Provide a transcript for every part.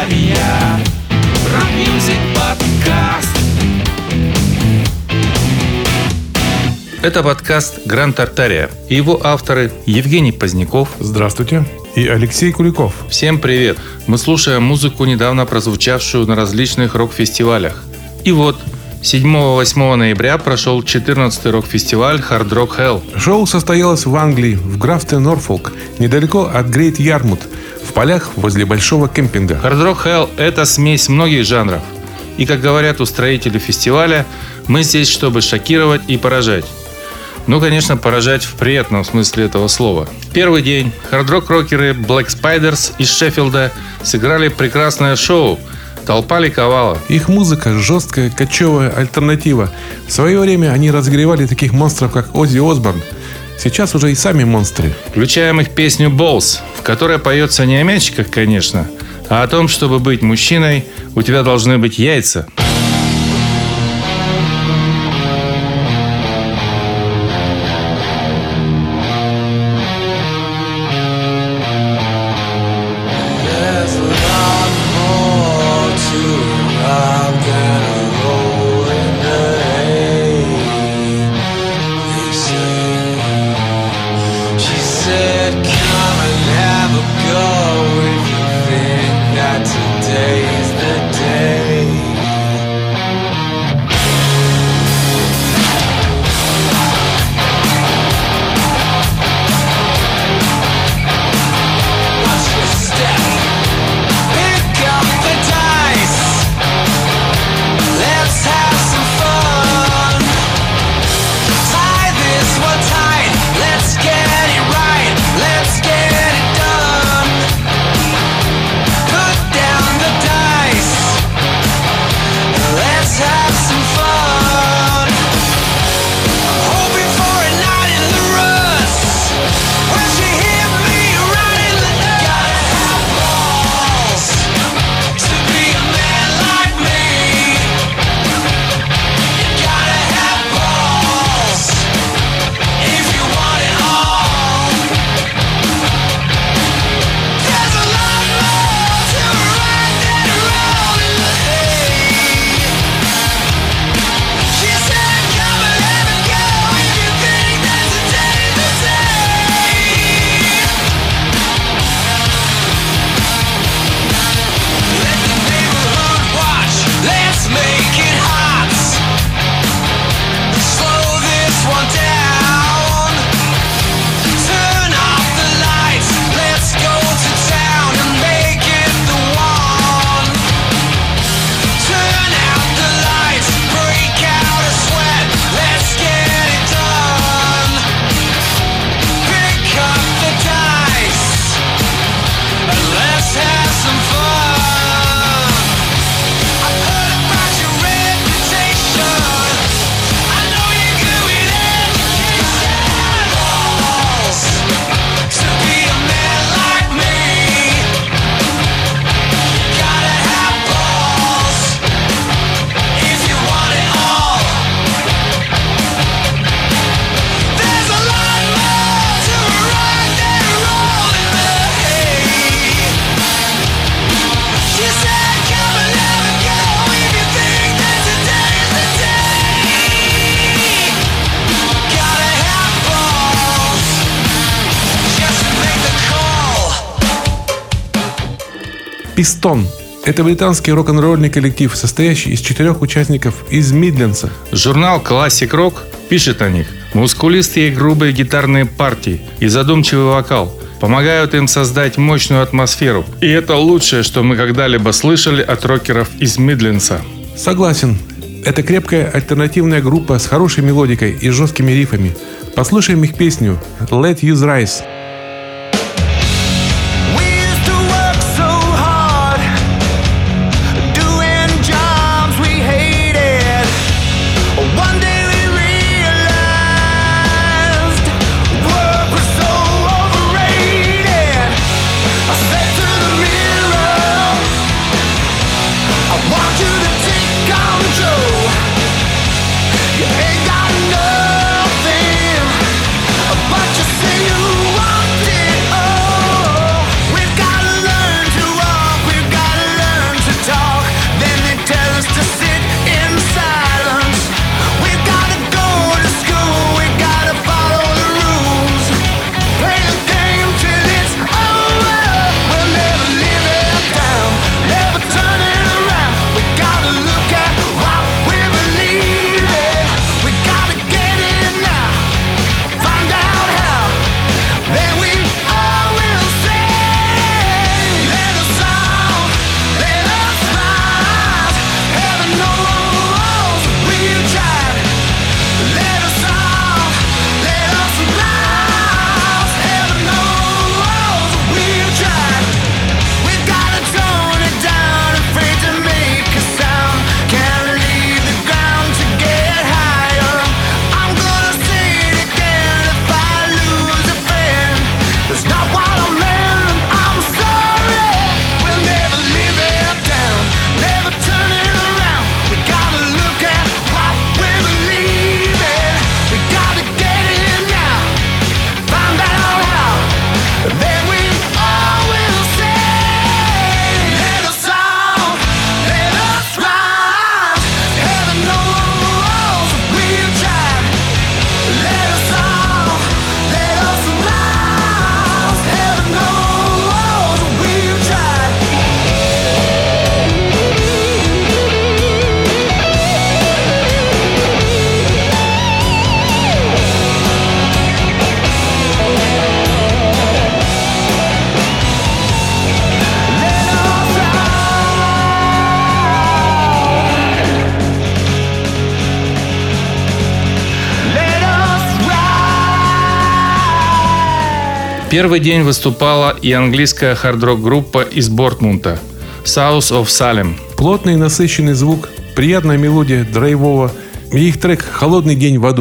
Ария. Рок-мьюзик подкаст. Это подкаст «Гранд Тартария» и его авторы Евгений Поздняков. Здравствуйте. И Алексей Куликов. Всем привет. Мы слушаем музыку, недавно прозвучавшую на различных рок-фестивалях. И вот, 7-8 ноября прошел 14-й рок-фестиваль Hard Rock Hell. Шоу состоялось в Англии, в графстве Норфолк, недалеко от Грейт Ярмут, в полях возле большого кемпинга. Hard Rock Hell – это смесь многих жанров. И, как говорят устроители фестиваля, мы здесь, чтобы шокировать и поражать. Ну, конечно, поражать в приятном смысле этого слова. В первый день хард-рок-рокеры Black Spiders из Шеффилда сыграли прекрасное шоу. Толпа ликовала. Их музыка жесткая, кочевая, альтернатива. В свое время они разогревали таких монстров, как Оззи Осборн. Сейчас уже и сами монстры. Включаем их песню «Balls», в которой поется не о мячиках, конечно, а о том, чтобы быть мужчиной, у тебя должны быть яйца. Пистон. Это британский рок-н-ролльный коллектив, состоящий из 4 участников из Мидлендса. Журнал Classic Rock пишет о них. Мускулистые и грубые гитарные партии и задумчивый вокал помогают им создать мощную атмосферу. И это лучшее, что мы когда-либо слышали от рокеров из Мидлендса. Согласен. Это крепкая альтернативная группа с хорошей мелодикой и жесткими рифами. Послушаем их песню «Let You Rise». You ain't got nothing, but you say you want. Первый день выступала и английская хард-рок-группа из Бортмунда South of Salem. Плотный и насыщенный звук, приятная мелодия драйвового и их трек «Холодный день в аду».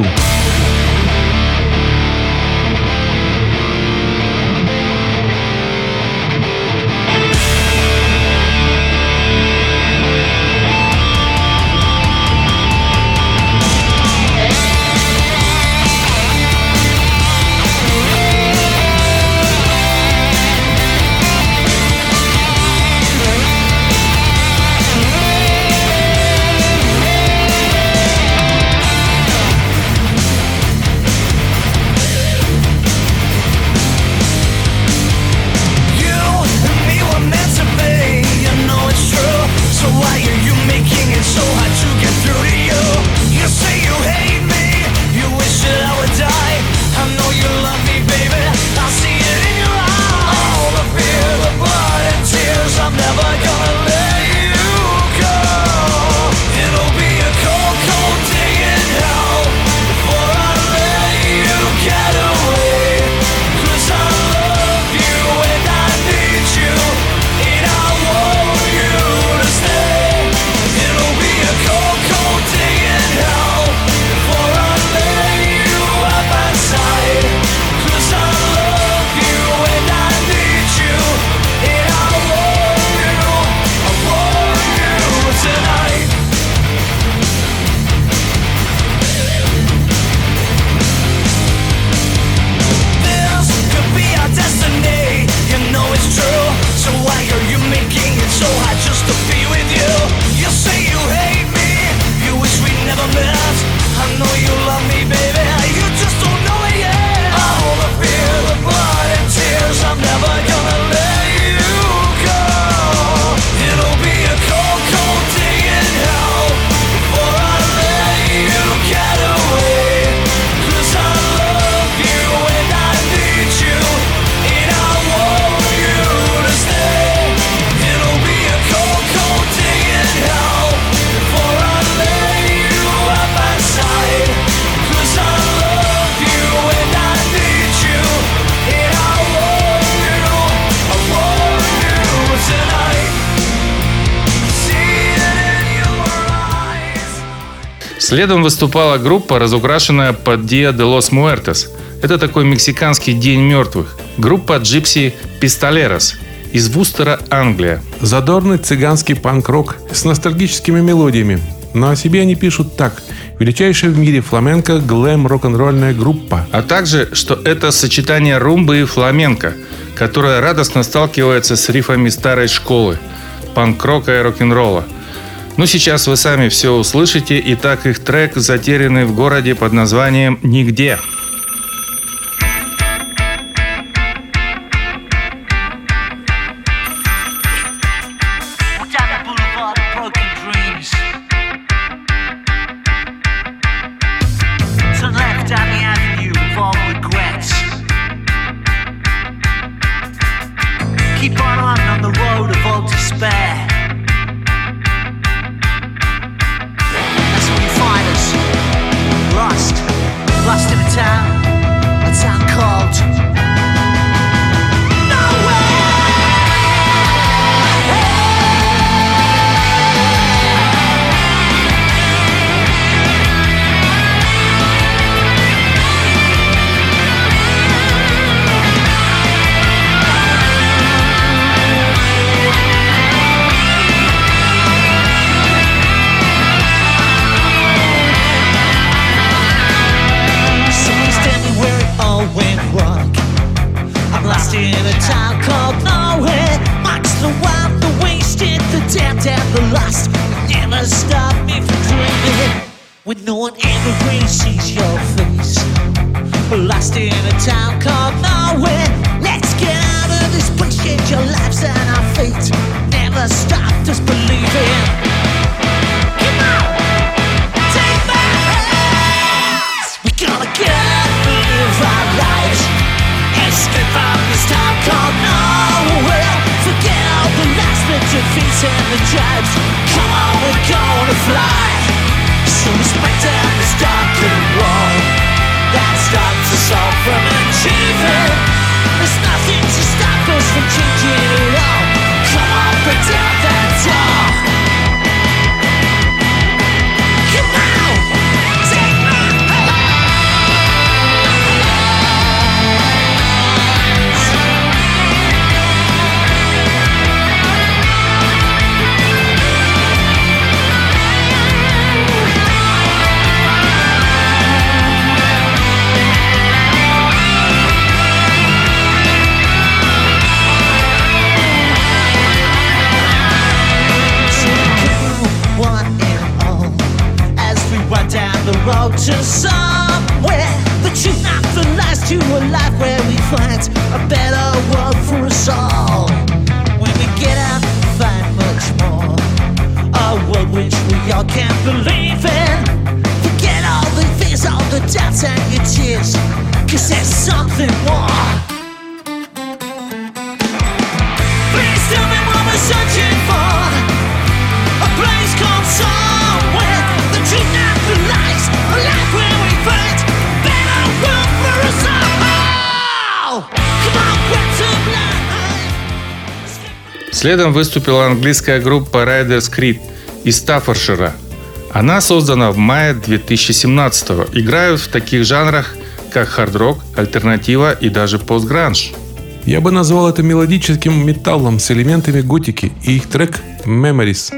Следом выступала группа, разукрашенная под Dia de los Muertos. Это такой мексиканский день мертвых. Группа Gypsy Pistoleros из Вустера, Англия. Задорный цыганский панк-рок с ностальгическими мелодиями. Но о себе они пишут так: величайшая в мире фламенко глэм-рок-н-ролльная группа. А также, что это сочетание румбы и фламенко, которое радостно сталкивается с рифами старой школы панк-рока и рок-н-ролла. Ну, сейчас вы сами все услышите. Итак, их трек «Затерянный в городе» под названием «Нигде». Lost in a town called in a town called nowhere. Amongst the wild, the wasted, the damned and the lost. Never stop me from dreaming when no one ever really sees your face. Lost in a town called nowhere. Let's get out of this place, change our lives and our fate. Never stop us believing. Come on, take my hands. We're gonna get out and live our lives. Escape from this town called nowhere. Forget all the last defeats and the jibes. Come on, we're gonna fly. So respect this darkened wall that stops us all from achieving. for changing it all. Come on, break down that door. Come on, take my the road to somewhere. The truth, not the lies, to a life where we find a better world for us all. When we get out and find much more, a world which we all can't believe in. Forget all the fears, all the doubts and your tears, 'cause there's something more. Please tell me what we're searching for. A place called somewhere. The truth, not the lies, a life where we find better world for us all. Come on, grab some light. Следом выступила английская группа Riders Creed из Стаффордшира. Она создана в мае 2017-го. Играют в таких жанрах, как хард-рок, альтернатива и даже постгранж. Я бы назвал это мелодическим металлом с элементами готики, и их трек «Memories».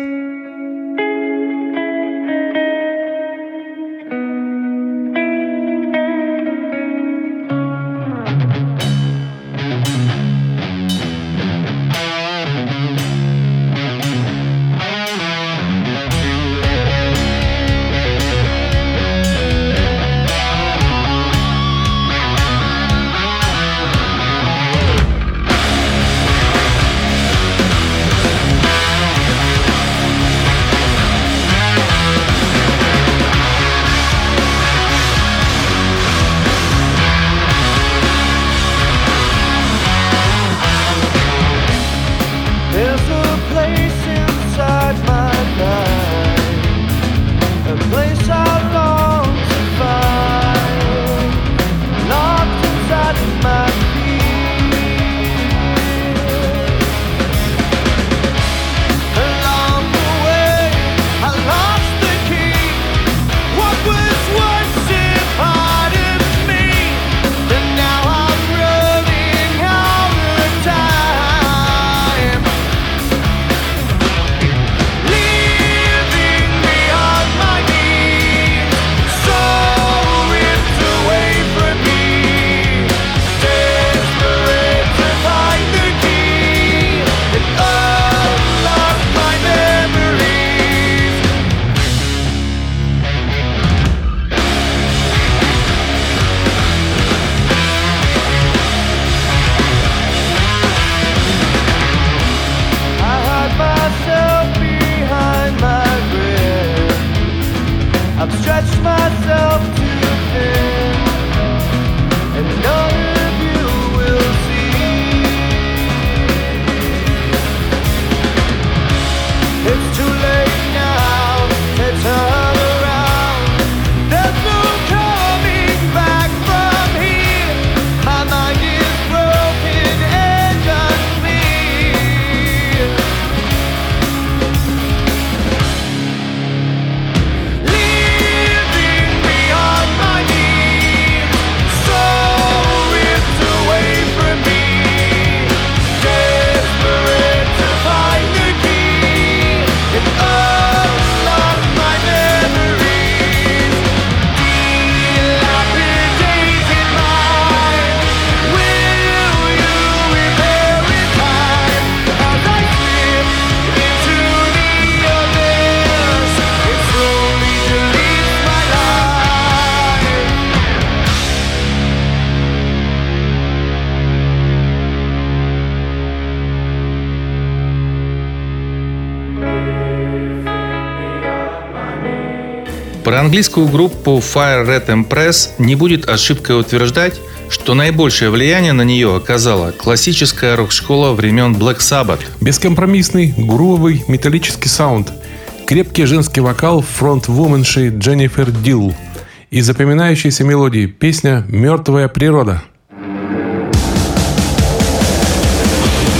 Про английскую группу Fire Red Empress не будет ошибкой утверждать, что наибольшее влияние на нее оказала классическая рок-школа времен Black Sabbath. Бескомпромиссный, грувовый, металлический саунд, крепкий женский вокал фронт-вуменши Дженнифер Дилл и запоминающиеся мелодии, песня «Мертвая природа».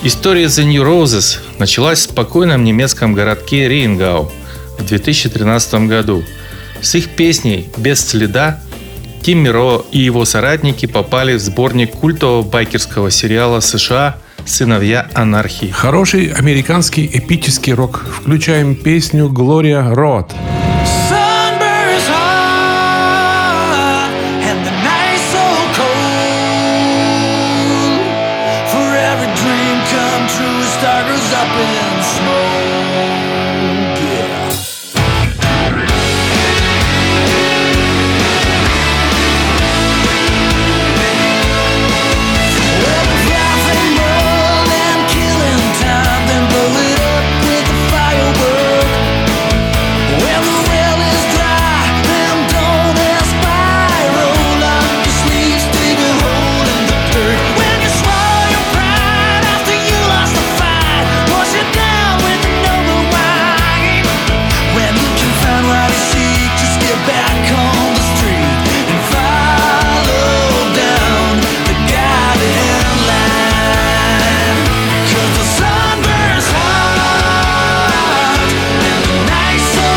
История The New Roses началась в спокойном немецком городке Рейнгау в 2013 году. С их песней «Без следа» Тим Миро и его соратники попали в сборник культового байкерского сериала США «Сыновья анархии». Хороший американский эпический рок. Включаем песню «Gloria Road». Sun burns hot and the night's so cold. For every dream come true, a star goes up in smoke. Yeah. Well, the flying world and killing time, then blow it up with a firework. When the well is dry, then don't aspire. Roll up your sleeves, dig a hole in the dirt. When you swallow your pride after you lost the fight, push it down with the number wide. When you can find what you seek, just get back on the street and follow down the goddamn line. 'Cause the sun burns hot and the night's so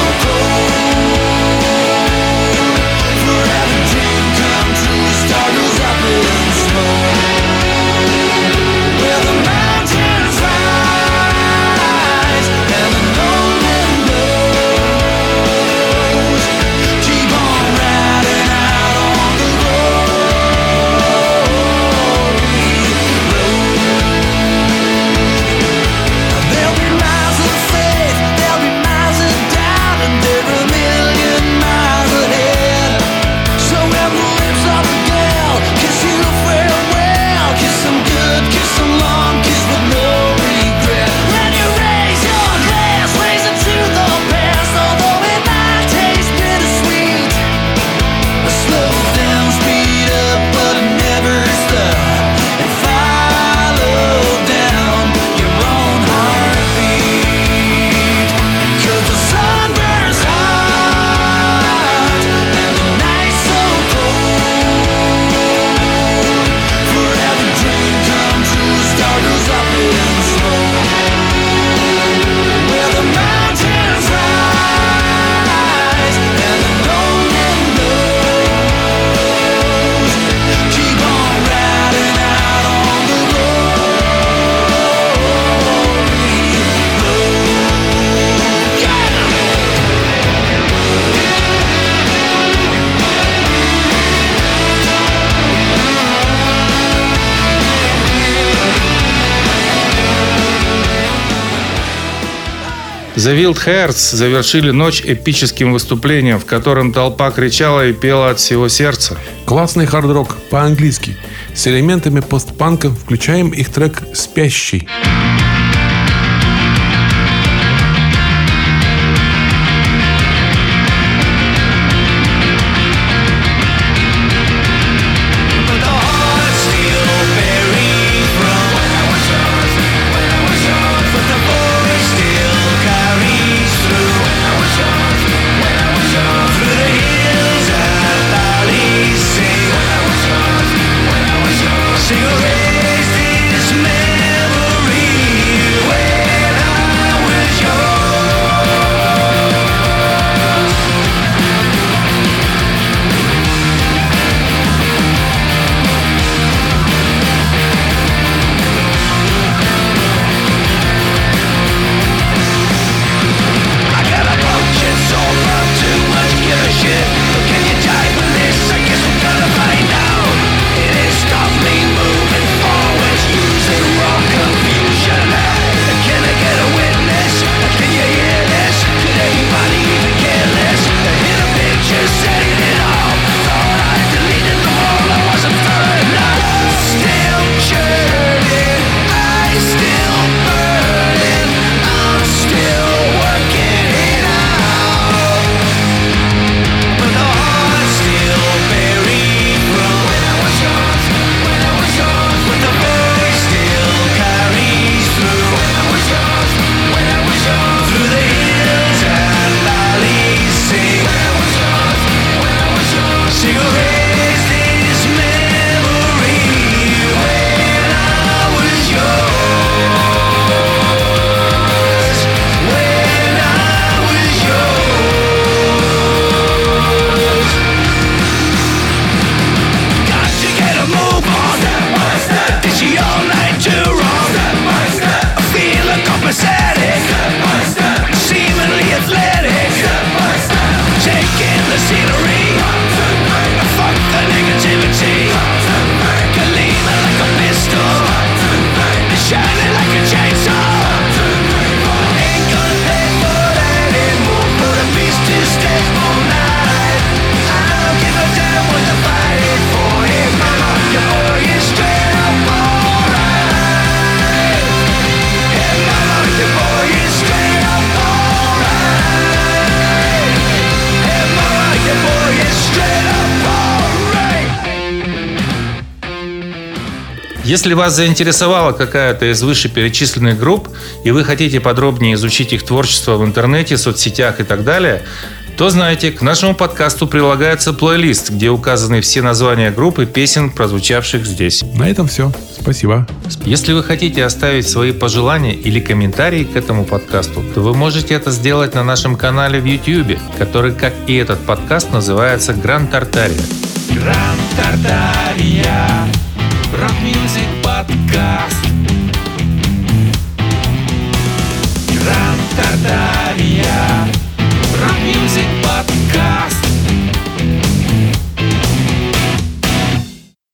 cold. For every dream come true, a star goes up in smoke. Where the mountains rise and the no one knows. Keep on riding out on the glory road. There'll be miles of faith, there'll be miles of doubt, and they're a million miles ahead. So when the lips of the girl kiss you farewell, kiss them good, kiss them long, kiss with no regret. When you raise your glass, raise it to the past, although it might taste bittersweet. Slow down, speed up, but never stop, and follow down your own heartbeat. 'Cause the sun burns hot and the night's so cold. For every dream come true, a star goes up in smoke. Where the mountains rise and the no one knows. Keep on riding out on the glory road. Yeah! The Wild Hearts завершили ночь эпическим выступлением, в котором толпа кричала и пела от всего сердца. Классный хард-рок по-английски. С элементами постпанка включаем их трек «Спящий». But the heart still buried from when I was yours, but the voice still carries through when I was yours, through the hills and valleys. Sing when I was yours, sing a raise this memory. Если вас заинтересовала какая-то из вышеперечисленных групп, и вы хотите подробнее изучить их творчество в интернете, соцсетях и так далее, то знайте, к нашему подкасту прилагается плейлист, где указаны все названия групп и песен, прозвучавших здесь. На этом все. Спасибо. Если вы хотите оставить свои пожелания или комментарии к этому подкасту, то вы можете это сделать на нашем канале в YouTube, который, как и этот подкаст, называется Гранд Тартария. Гранд Тартария. Рок-мьюзик подкаст.